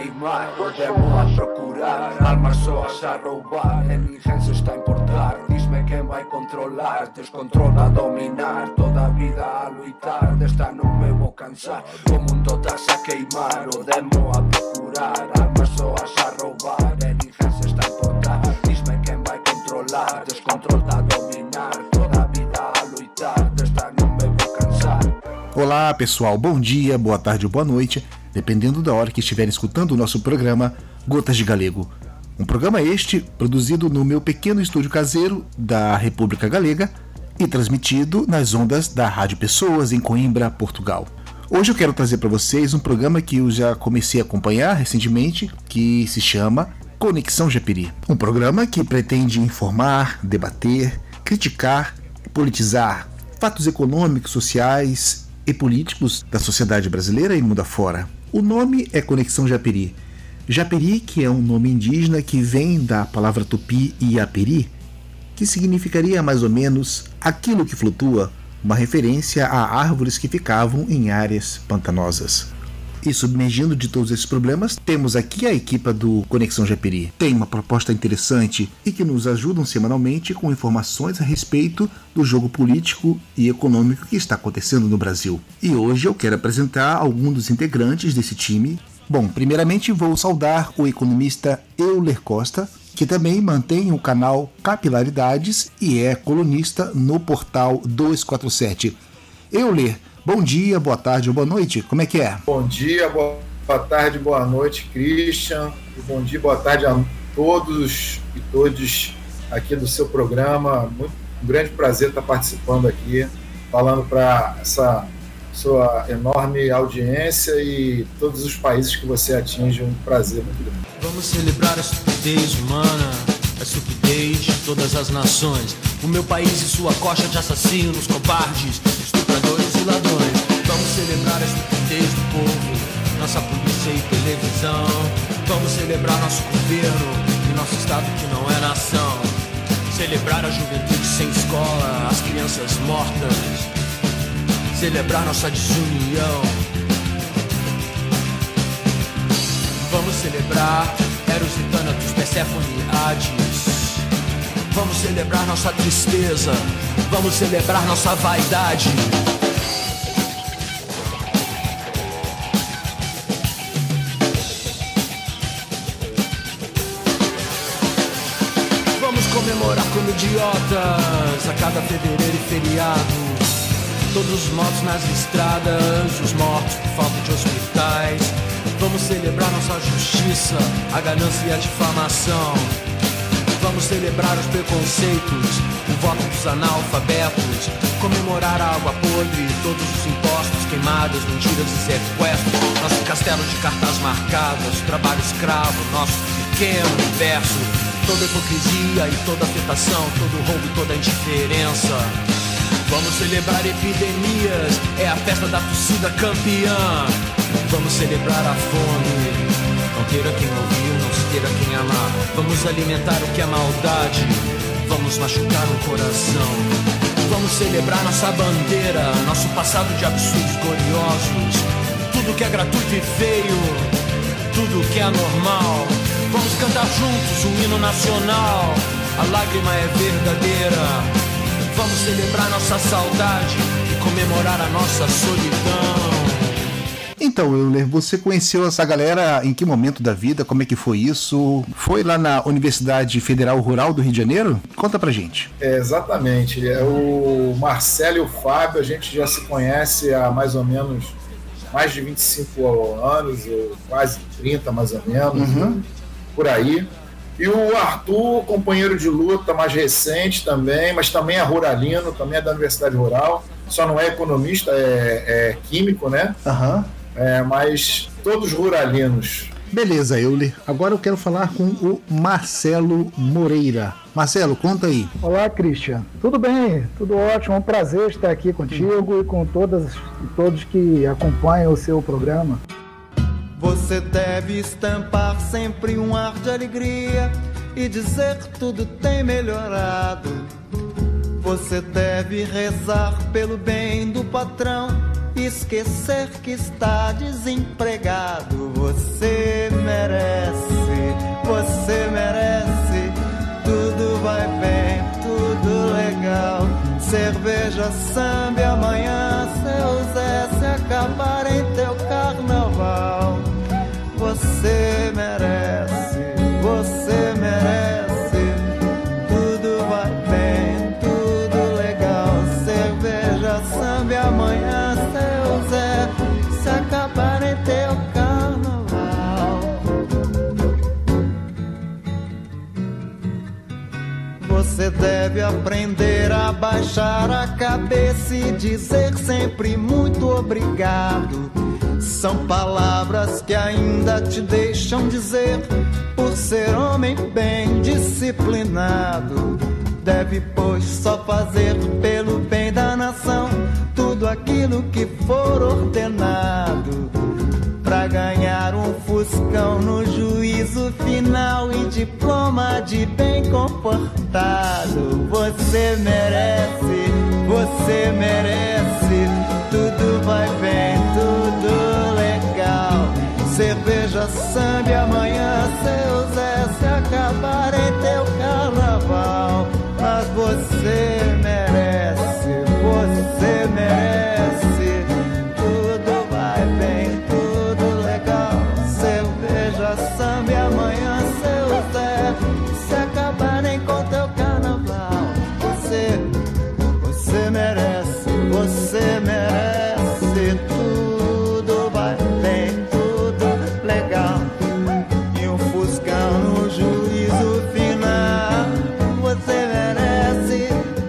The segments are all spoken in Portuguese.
queimar, o demo a procurar, armas sós a roubar, a ninguém se está a importar. Diz-me quem vai controlar, descontrola a dominar, toda a vida a lutar, desta não me vou cansar. O mundo está-se a queimar, o demo a procurar, armas sós a roubar, a ninguém se está a importar. Diz-me quem vai controlar, descontrola a dominar, toda a vida a lutar, desta não me vou cansar. Olá pessoal, bom dia, boa tarde ou boa noite, dependendo da hora que estiverem escutando o nosso programa Gotas de Galego. Um programa este produzido no meu pequeno estúdio caseiro da República Galega e transmitido nas ondas da Rádio Pessoas em Coimbra, Portugal. Hoje eu quero trazer para vocês um programa que eu já comecei a acompanhar recentemente, que se chama Conexão Japeri. Um programa que pretende informar, debater, criticar, politizar fatos econômicos, sociais e políticos da sociedade brasileira e mundo afora. O nome é Conexão Japeri. Japeri, que é um nome indígena que vem da palavra tupi iaperi, que significaria mais ou menos aquilo que flutua, uma referência a árvores que ficavam em áreas pantanosas. E submergindo de todos esses problemas, temos aqui a equipe do Conexão Japeri. Tem uma proposta interessante e que nos ajudam semanalmente com informações a respeito do jogo político e econômico que está acontecendo no Brasil. E hoje eu quero apresentar alguns dos integrantes desse time. Bom, primeiramente vou saudar o economista Euler Costa, que também mantém o canal Capilaridades e é colunista no portal 247. Euler, bom dia, boa tarde ou boa noite, como é que é? Bom dia, boa tarde, boa noite, Christian. Bom dia, boa tarde a todos e todas aqui do seu programa. Um grande prazer estar participando aqui, falando para essa sua enorme audiência e todos os países que você atinge. Um prazer muito grande. Vamos celebrar a estupidez humana, a estupidez de todas as nações. O meu país e sua coxa de assassinos, covardes, estupradores e ladrões. Vamos celebrar a estupidez do povo, nossa polícia e televisão. Vamos celebrar nosso governo e nosso estado que não é nação. Celebrar a juventude sem escola, as crianças mortas. Celebrar nossa desunião. Vamos celebrar Eros e Thanatos, Perséfone e Hades. Vamos celebrar nossa tristeza. Vamos celebrar nossa vaidade. Vamos comemorar como idiotas a cada fevereiro e feriado. Todos os mortos nas estradas, os mortos por falta de hospitais. Vamos celebrar nossa justiça, a ganância e a difamação. Vamos celebrar os preconceitos, o voto dos analfabetos. Comemorar a água podre, todos os impostos, queimadas, mentiras e sequestros. Nosso castelo de cartas marcadas, o trabalho escravo, nosso pequeno universo. Toda hipocrisia e toda afetação, todo roubo e toda indiferença. Vamos celebrar epidemias, é a festa da torcida campeã. Vamos celebrar a fome, não ter a quem ouvir, não se ter a quem amar. Vamos alimentar o que é maldade, vamos machucar o coração. Vamos celebrar nossa bandeira, nosso passado de absurdos gloriosos. Tudo que é gratuito e feio, tudo que é anormal. Vamos cantar juntos um hino nacional, a lágrima é verdadeira. Vamos celebrar nossa saudade e comemorar a nossa solidão. Então, Euler, você conheceu essa galera em que momento da vida? Como é que foi isso? Foi lá na Universidade Federal Rural do Rio de Janeiro? Conta pra gente. Exatamente. O Marcelo e o Fábio, a gente já se conhece há mais ou menos mais de 25 anos, ou quase 30 mais ou menos, por aí. E o Arthur, companheiro de luta mais recente também, mas também é ruralino, também é da Universidade Rural, só não é economista, é químico, né? Mas todos ruralinos. Beleza, Euler. Agora eu quero falar com o Marcelo Moreira. Marcelo, conta aí. Olá, Christian. Tudo bem? Tudo ótimo. É um prazer estar aqui contigo e com todas e todos que acompanham o seu programa. Você deve estampar sempre um ar de alegria e dizer que tudo tem melhorado. Você deve rezar pelo bem do patrão e esquecer que está desempregado. Você merece samba e amanhã, seu Zé, se acabar em teu carnaval. Você merece, você merece. Tudo vai bem, tudo legal. Cerveja, samba e amanhã, seu Zé, se acabar em teu carnaval. Você deve aprender a baixar a cabeça e dizer sempre muito obrigado. São palavras que ainda te deixam dizer, por ser homem bem disciplinado. Deve, pois, só fazer pelo bem da nação tudo aquilo que for ordenado, pra ganhar um fuscão no juízo final e diploma de bem comportado. Você merece, você merece. Tudo vai bem, tudo legal. Cerveja, samba e amanhã, seu Zé, se acabar em teu carnaval. Mas você merece, você merece. Tudo vai bem, tudo legal. Cerveja, samba e amanhã, seu Zé, se acabarem com teu carnaval. Você merece, você merece. Tudo vai bem, tudo legal. E um fuscão no juízo final. Você merece.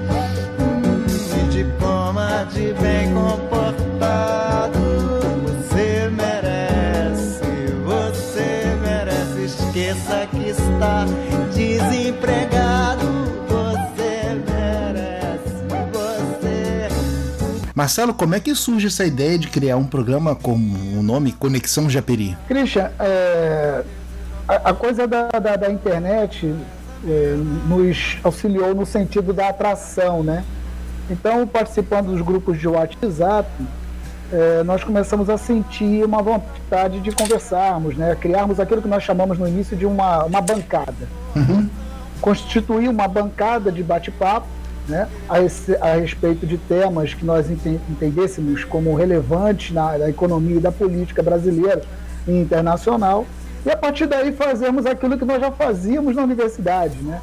E diploma de bem comportado. Você merece, você merece. Esqueça que está desempregado. Você merece, você. Marcelo, como é que surge essa ideia de criar um programa com o nome Conexão Japeri? Christian, a coisa da internet nos auxiliou no sentido da atração, né? Então, participando dos grupos de WhatsApp, nós começamos a sentir uma vontade de conversarmos, né? Criarmos aquilo que nós chamamos no início de uma bancada. Uhum. Constituir uma bancada de bate-papo, né? A respeito de temas que nós entendêssemos como relevantes na economia e da política brasileira e internacional, e a partir daí fazermos aquilo que nós já fazíamos na universidade, né?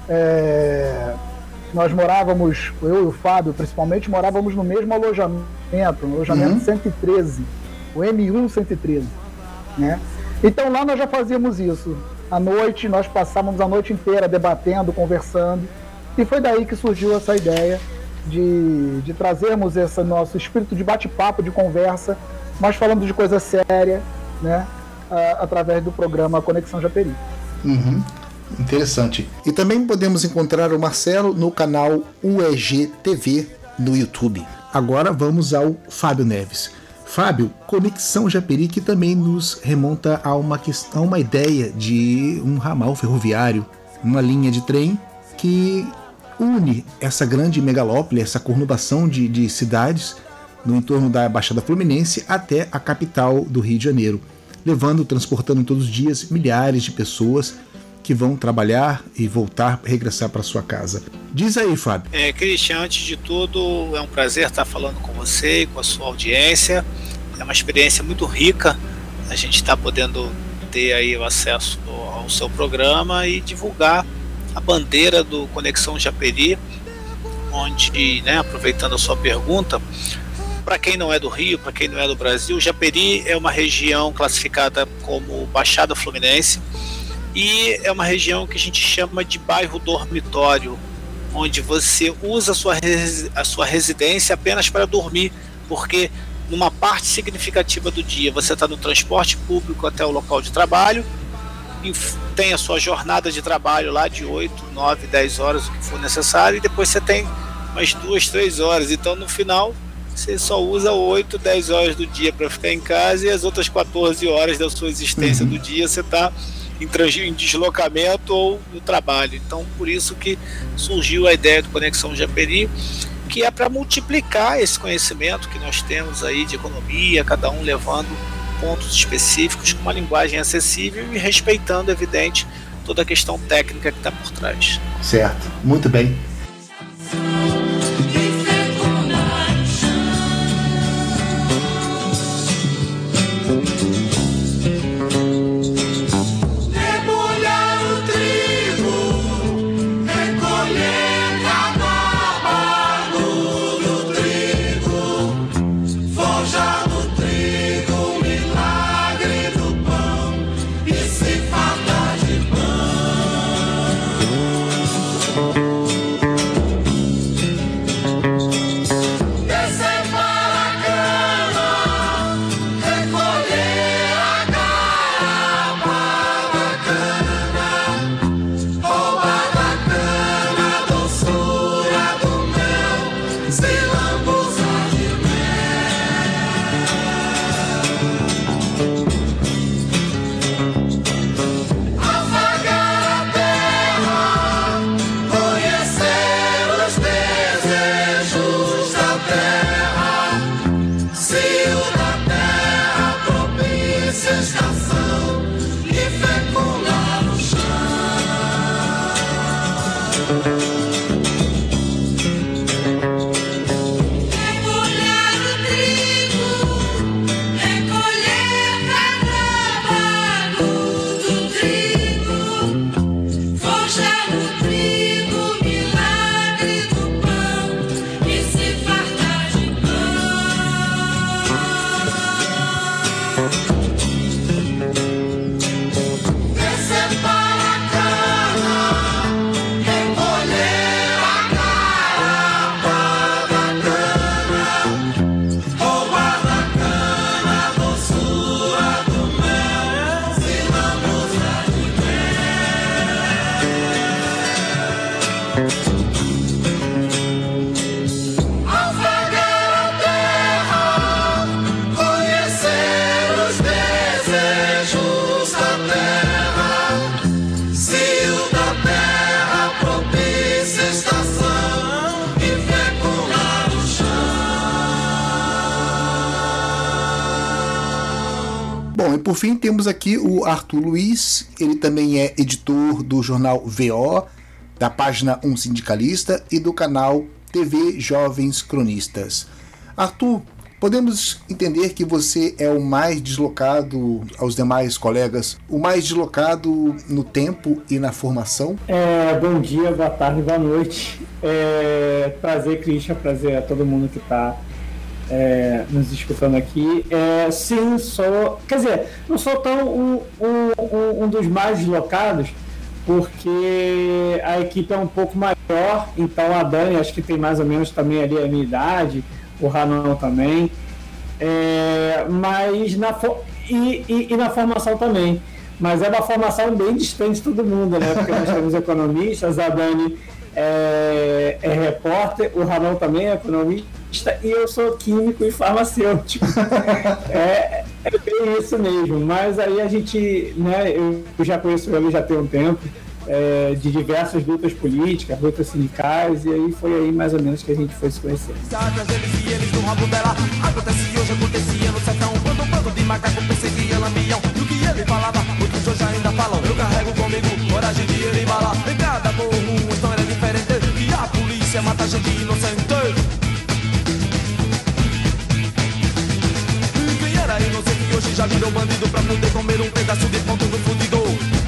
Nós morávamos, eu e o Fábio principalmente, morávamos no mesmo alojamento, no alojamento 113, o M1 113, né? Então lá nós já fazíamos isso. À noite, nós passávamos a noite inteira debatendo, conversando, e foi daí que surgiu essa ideia de trazermos esse nosso espírito de bate-papo, de conversa, mas falando de coisa séria, né? Através do programa Conexão Japeri. Uhum. Interessante. E também podemos encontrar o Marcelo no canal UEG TV no YouTube. Agora vamos ao Fábio Neves. Fábio, Conexão Japeri, que também nos remonta a uma ideia de um ramal ferroviário, uma linha de trem que une essa grande megalópole, essa conurbação de cidades no entorno da Baixada Fluminense até a capital do Rio de Janeiro, transportando todos os dias milhares de pessoas que vão trabalhar e voltar, regressar para sua casa. Diz aí, Fábio. Christian, antes de tudo, é um prazer estar falando com você e com a sua audiência. É uma experiência muito rica a gente está podendo ter aí o acesso ao seu programa e divulgar a bandeira do Conexão Japeri, onde, né, aproveitando a sua pergunta, para quem não é do Rio, para quem não é do Brasil, Japeri é uma região classificada como Baixada Fluminense e é uma região que a gente chama de bairro dormitório, onde você usa a sua residência apenas para dormir, porque numa parte significativa do dia você está no transporte público até o local de trabalho, tem a sua jornada de trabalho lá de 8, 9, 10 horas, o que for necessário, e depois você tem umas 2, 3 horas, então no final você só usa 8, 10 horas do dia para ficar em casa e as outras 14 horas da sua existência do dia você está em deslocamento ou no trabalho. Então por isso que surgiu a ideia do Conexão Japeri, que é para multiplicar esse conhecimento que nós temos aí de economia, cada um levando pontos específicos com uma linguagem acessível e respeitando, evidente, toda a questão técnica que está por trás. Certo, muito bem. por fim, temos aqui o Arthur Luiz, ele também é editor do jornal VO, da página Um Sindicalista e do canal TV Jovens Cronistas. Arthur, podemos entender que você é o mais deslocado aos demais colegas, o mais deslocado no tempo e na formação? Bom dia, boa tarde, boa noite. Prazer, Christian, prazer a todo mundo que está nos escutando aqui. Sim, não sou tão um dos mais deslocados, porque a equipe é um pouco maior, então a Dani acho que tem mais ou menos também ali a minha idade, o Ranon também, mas na formação também, mas é uma formação bem distante de todo mundo, né? Porque nós temos economistas, a Dani é repórter, o Ranon também é economista e eu sou químico e farmacêutico. É bem isso mesmo, mas aí a gente, né, eu já conheço ele já tem um tempo, de diversas lutas políticas, lutas sindicais, e aí foi aí mais ou menos que a gente foi se conhecer. Eles no rabo dela, acontece hoje, acontecia no sertão, quando um bando de macaco perseguia Lampião, e o que ele falava, outros hoje ainda falam, eu carrego comigo coragem de ele embalar, em cada morro uma história diferente, que a polícia mata gente inocente. E quem era inocente hoje já virou bandido pra poder comer um pedaço de ponto do fundidor.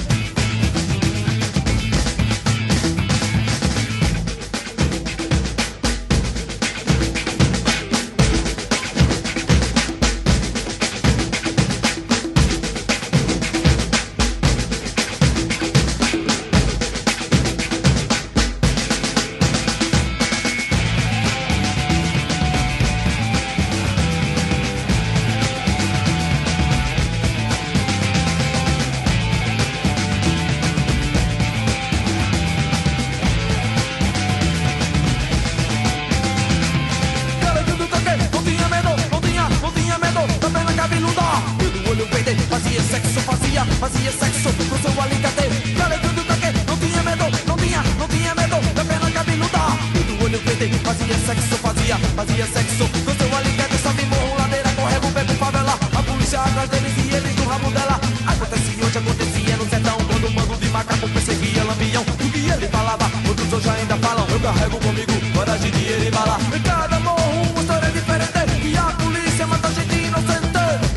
Fazia sexo com seu alicate. Cara tudo daquele, não tinha medo da pena cabeluda. E do olho verde, fazia sexo com seu alicate. Sobe morro, ladeira, correga, beco, favela. A polícia atrás deles e eles no rabo dela. Acontecia no sertão, quando um bando de macaco perseguia Lampião. O que ele falava, outros hoje ainda falam. Eu carrego comigo, coragem de ele embalar. Em cada morro, uma história diferente. E a polícia mata gente inocente.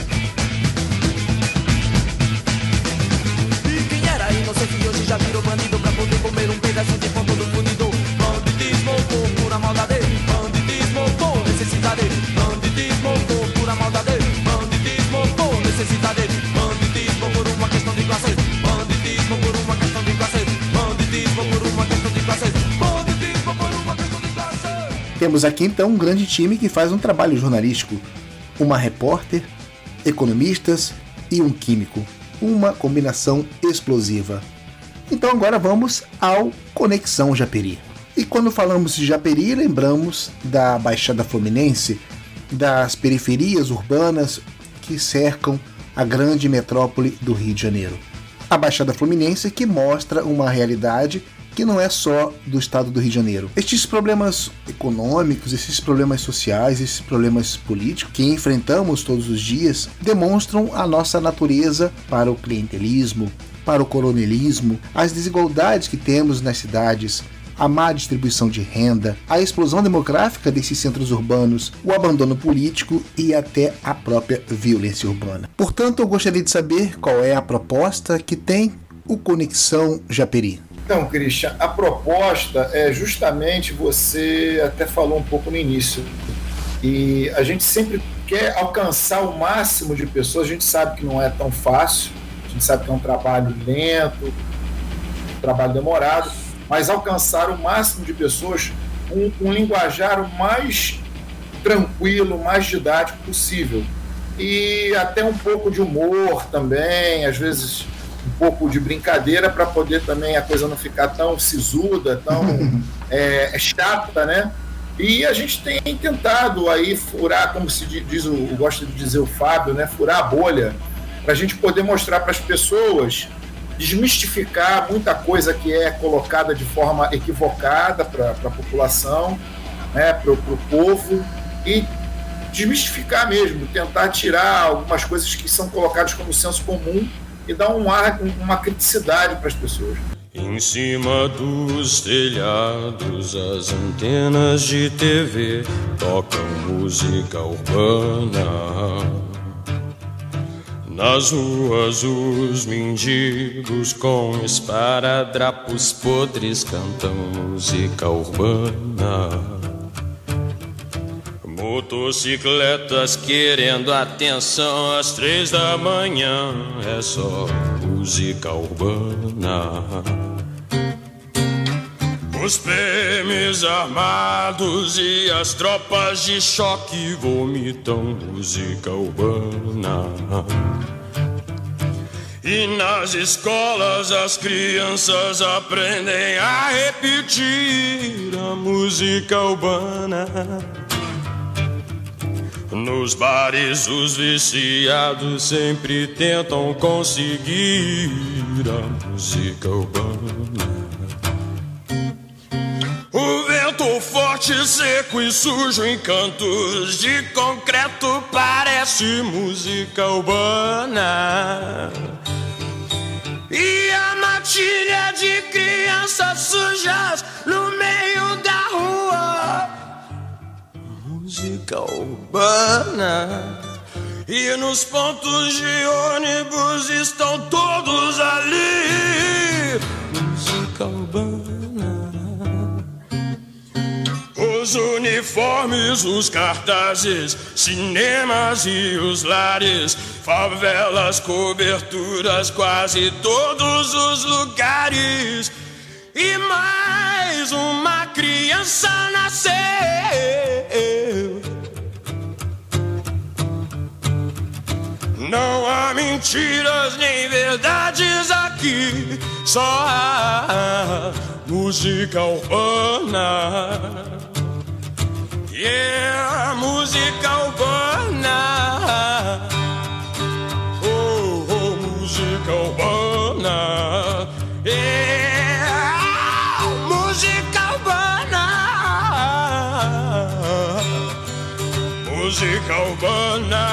Hoje já virou bandido pra poder comer um pedaço de ponto do fundidor. Banditismo por pura maldade, banditismo por necessidade, banditismo por pura maldade, banditismo por necessidade, banditismo por uma questão de classe, banditismo por uma questão de classe, banditismo por uma questão de classe, banditismo por uma questão de classe. Temos aqui então um grande time que faz um trabalho jornalístico, uma repórter, economistas e um químico, uma combinação explosiva. Então agora vamos ao Conexão Japeri. E quando falamos de Japeri, lembramos da Baixada Fluminense, das periferias urbanas que cercam a grande metrópole do Rio de Janeiro. A Baixada Fluminense que mostra uma realidade que não é só do estado do Rio de Janeiro. Estes problemas econômicos, esses problemas sociais, esses problemas políticos que enfrentamos todos os dias demonstram a nossa natureza para o clientelismo, para o coronelismo, as desigualdades que temos nas cidades, a má distribuição de renda, a explosão demográfica desses centros urbanos, o abandono político e até a própria violência urbana. Portanto, eu gostaria de saber qual é a proposta que tem o Conexão Japeri. Então, Christian, a proposta é justamente, você até falou um pouco no início, e a gente sempre quer alcançar o máximo de pessoas. A gente sabe que não é tão fácil, a gente sabe que é um trabalho lento, um trabalho demorado, mas alcançar o máximo de pessoas com um linguajar o mais tranquilo, mais didático possível. E até um pouco de humor também, às vezes um pouco de brincadeira, para poder também a coisa não ficar tão sisuda, tão chata, né? E a gente tem tentado aí furar, como se diz, gosta de dizer o Fábio, né? Furar a bolha, para a gente poder mostrar para as pessoas, desmistificar muita coisa que é colocada de forma equivocada para a população, né? Para o povo, e desmistificar mesmo, tentar tirar algumas coisas que são colocadas como senso comum e dar uma criticidade para as pessoas. Em cima dos telhados, as antenas de TV tocam música urbana. Nas ruas, os mendigos com esparadrapos podres cantam música urbana. Motocicletas querendo atenção às 3 da manhã, é só música urbana. Os PMs armados e as tropas de choque vomitam música urbana. E nas escolas as crianças aprendem a repetir a música urbana. Nos bares os viciados sempre tentam conseguir a música urbana. O vento forte, seco e sujo em cantos de concreto parece música urbana. E a matilha de crianças sujas no meio da rua, música urbana. E nos pontos de ônibus estão todos ali, música urbana. Os uniformes, os cartazes, cinemas e os lares, favelas, coberturas, quase todos os lugares. E mais uma criança nasceu. Não há mentiras nem verdades aqui, só há música urbana. Yeah, música urbana. Oh, oh, música urbana. Yeah, música urbana. Música urbana.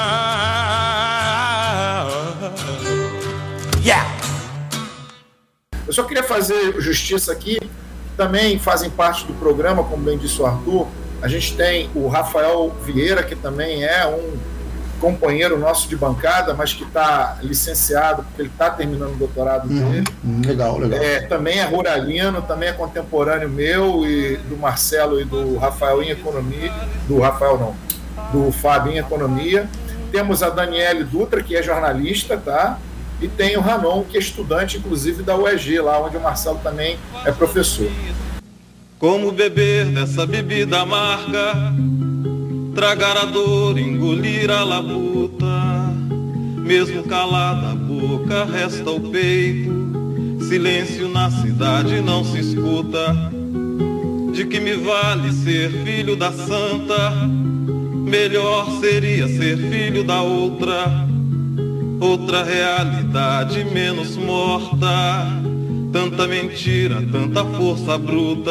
Yeah. Eu só queria fazer justiça aqui. Também fazem parte do programa, como bem disse o Arthur. A gente tem o Rafael Vieira, que também é um companheiro nosso de bancada, mas que está licenciado, porque ele está terminando o doutorado dele. Legal, legal. Também é ruralino, também é contemporâneo meu e do Marcelo e do Rafael em Economia. Do Fábio em Economia. Temos a Daniele Dutra, que é jornalista, tá? E tem o Ranon, que é estudante, inclusive, da UEG, lá onde o Marcelo também é professor. Como beber dessa bebida amarga, tragar a dor, engolir a labuta. Mesmo calada a boca, resta o peito. Silêncio na cidade não se escuta. De que me vale ser filho da santa? Melhor seria ser filho da outra. Outra realidade menos morta. Tanta mentira, tanta força bruta.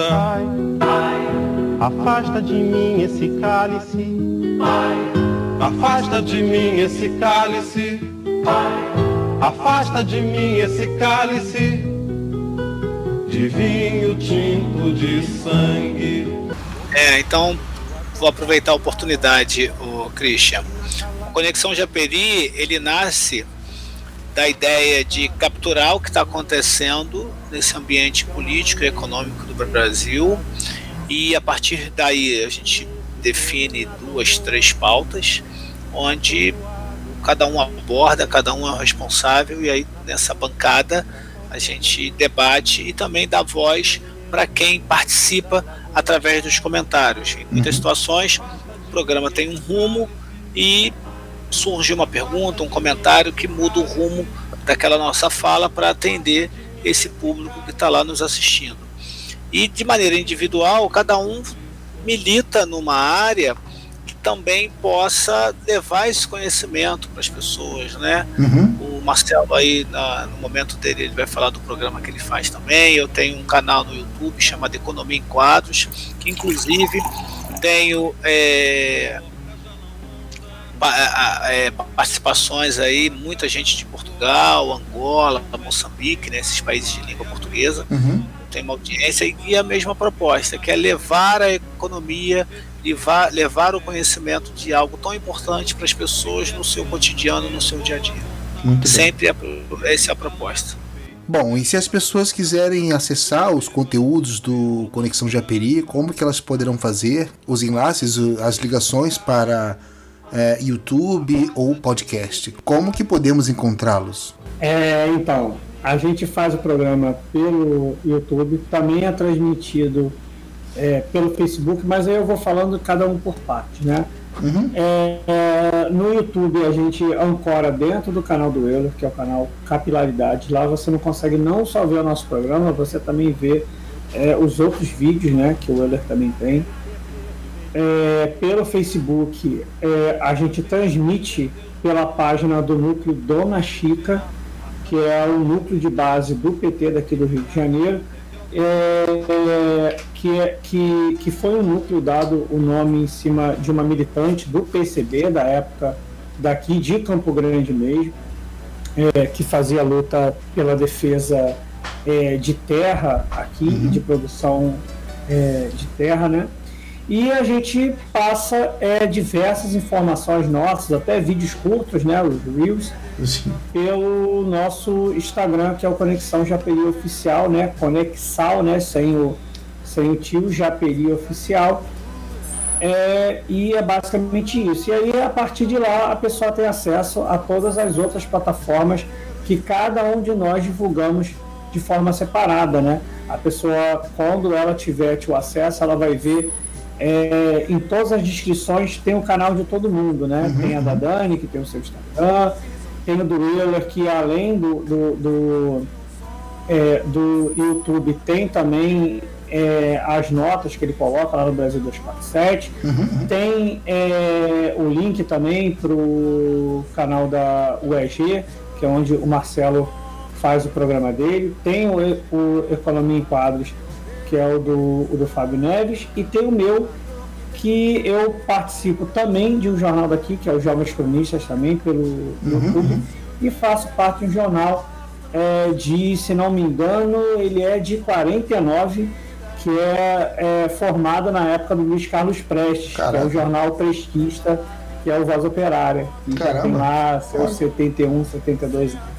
Afasta de mim esse cálice. Afasta de mim esse cálice. Afasta de mim esse cálice de vinho tinto de sangue. Então vou aproveitar a oportunidade, o Christian. O Conexão Japeri, ele nasce da ideia de capturar o que está acontecendo nesse ambiente político e econômico do Brasil, e a partir daí a gente define 2, 3 pautas, onde cada um aborda, cada um é o responsável, e aí nessa bancada a gente debate e também dá voz para quem participa através dos comentários. Em muitas situações o programa tem um rumo e surge uma pergunta, um comentário que muda o rumo daquela nossa fala para atender esse público que está lá nos assistindo. E de maneira individual, cada um milita numa área que também possa levar esse conhecimento para as pessoas, né? O Marcelo aí, no momento dele, ele vai falar do programa que ele faz também. Eu tenho um canal no YouTube chamado Economia em Quadros, que inclusive tenho participações aí, muita gente de Portugal, Angola, Moçambique, né, esses países de língua portuguesa. Tem uma audiência e a mesma proposta, que é levar a economia, levar o conhecimento de algo tão importante para as pessoas no seu cotidiano, no seu dia a dia. Muito Sempre essa é a proposta. Bom, e se as pessoas quiserem acessar os conteúdos do Conexão Japeri, como que elas poderão fazer? Os enlaces, as ligações para YouTube ou podcast? Como que podemos encontrá-los? Então, a gente faz o programa pelo YouTube, também é transmitido pelo Facebook, mas aí eu vou falando cada um por parte, né? No YouTube a gente ancora dentro do canal do Euler, que é o canal Capilaridade. Lá você não consegue não só ver o nosso programa, você também vê os outros vídeos, né, que o Euler também tem. Pelo Facebook a gente transmite pela página do núcleo Dona Chica, que é o núcleo de base do PT daqui do Rio de Janeiro, que foi um núcleo dado o nome em cima de uma militante do PCB da época daqui de Campo Grande mesmo, que fazia luta pela defesa de terra aqui, de produção de terra, né? E a gente passa diversas informações nossas, até vídeos curtos, né, os Reels, pelo nosso Instagram, que é o Conexão Japeri Oficial, né, Conexal, né, sem o tio, Japeri Oficial. E é basicamente isso. E aí, a partir de lá, a pessoa tem acesso a todas as outras plataformas que cada um de nós divulgamos de forma separada, né? A pessoa, quando ela tiver o acesso, ela vai ver em todas as descrições tem o canal de todo mundo, né? Tem a da Dani, que tem o seu Instagram, tem o do Euler, que além do YouTube tem também as notas que ele coloca lá no Brasil 247. Tem o link também para o canal da UEG, que é onde o Marcelo faz o programa dele. Tem o Economia em Quadros, que é o do Fábio Neves, e tem o meu, que eu participo também de um jornal daqui, que é o Jovens Cronistas, também pelo YouTube, e faço parte de um jornal se não me engano, ele é de 49, que é formado na época do Luiz Carlos Prestes, que é o jornal presquista, que é o Voz Operária, e já tem lá seus 71, 72 anos.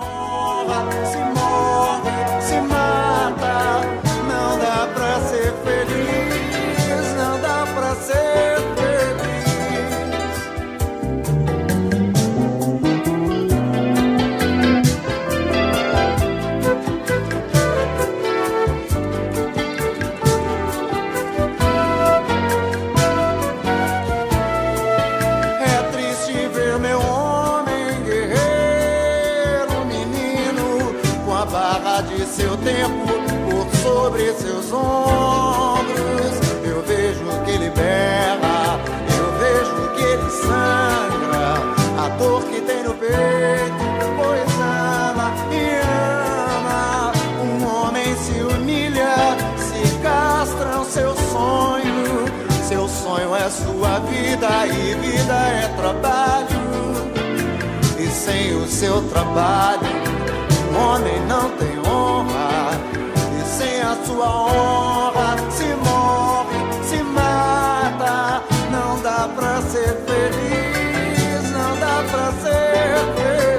Seu tempo por sobre seus ombros, eu vejo que ele berra, eu vejo que ele sangra, a dor que tem no peito, pois ama e ama. Um homem se humilha, se castra o seu sonho é sua vida e vida é trabalho, e sem o seu trabalho o homem não tem honra, e sem a sua honra se morre, se mata. Não dá pra ser feliz, não dá pra ser feliz.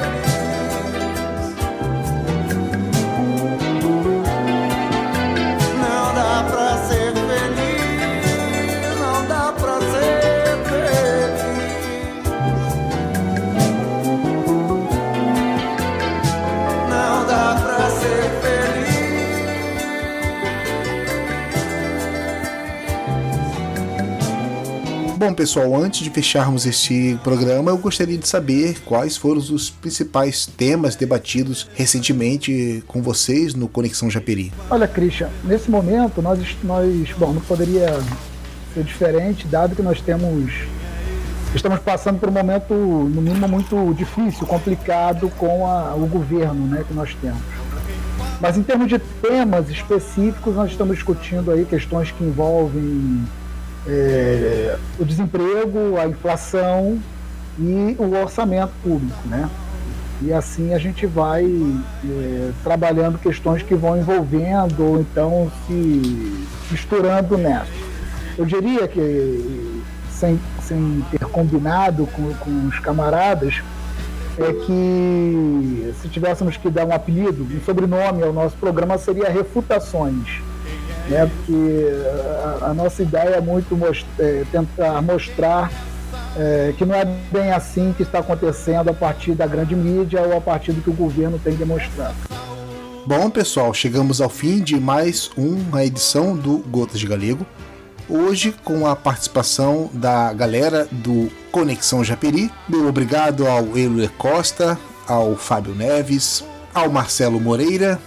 Não dá pra ser feliz, não dá pra ser feliz. Não dá pra ser feliz. Bom, pessoal, antes de fecharmos este programa, eu gostaria de saber quais foram os principais temas debatidos recentemente com vocês no Conexão Japeri. Olha, Christian, nesse momento nós bom, não poderia ser diferente, dado que nós estamos passando por um momento, no mínimo, muito difícil, complicado com o governo, né, que nós temos. Mas em termos de temas específicos, nós estamos discutindo aí questões que envolvem o desemprego, a inflação, e o orçamento público, né? E assim a gente vai trabalhando questões que vão envolvendo ou então se misturando nessa. Eu diria que, sem ter combinado com os camaradas, é que se tivéssemos que dar um apelido, um sobrenome ao nosso programa, seria Refutações, né? Porque a nossa ideia é muito tentar mostrar que não é bem assim que está acontecendo a partir da grande mídia ou a partir do que o governo tem demonstrado. Bom, pessoal, chegamos ao fim de mais uma edição do Gotas de Galego. Hoje com a participação da galera do Conexão Japeri. Meu obrigado ao Eloy Costa, ao Fábio Neves, ao Marcelo Moreira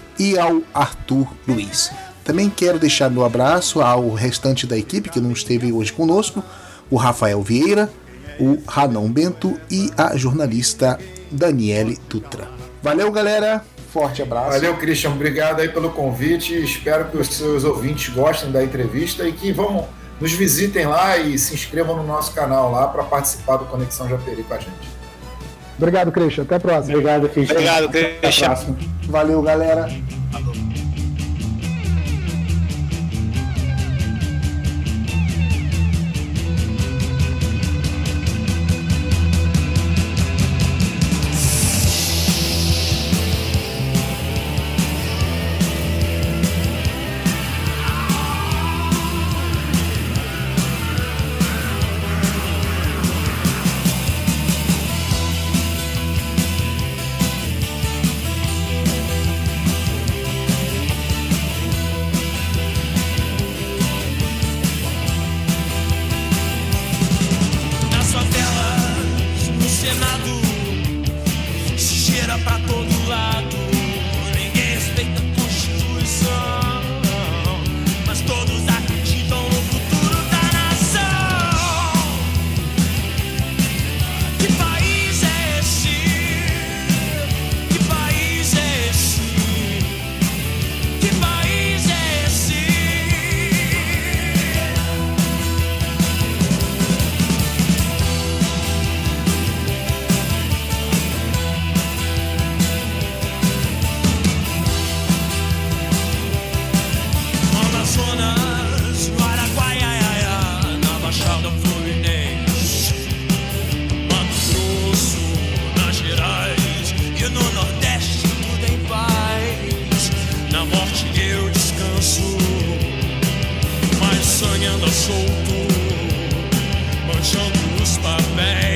e ao Arthur Luiz. Também quero deixar meu abraço ao restante da equipe que não esteve hoje conosco, o Rafael Vieira, o Ranon Bento e a jornalista Daniele Dutra. Valeu, galera! Forte abraço. Valeu, Christian. Obrigado aí pelo convite. Espero que os seus ouvintes gostem da entrevista e que nos visitem lá e se inscrevam no nosso canal lá para participar do Conexão Japeri com a gente. Obrigado, Christian. Até a próxima. Obrigado, Christian. Obrigado, Christian. Valeu, galera. Solto, manchando os papéis.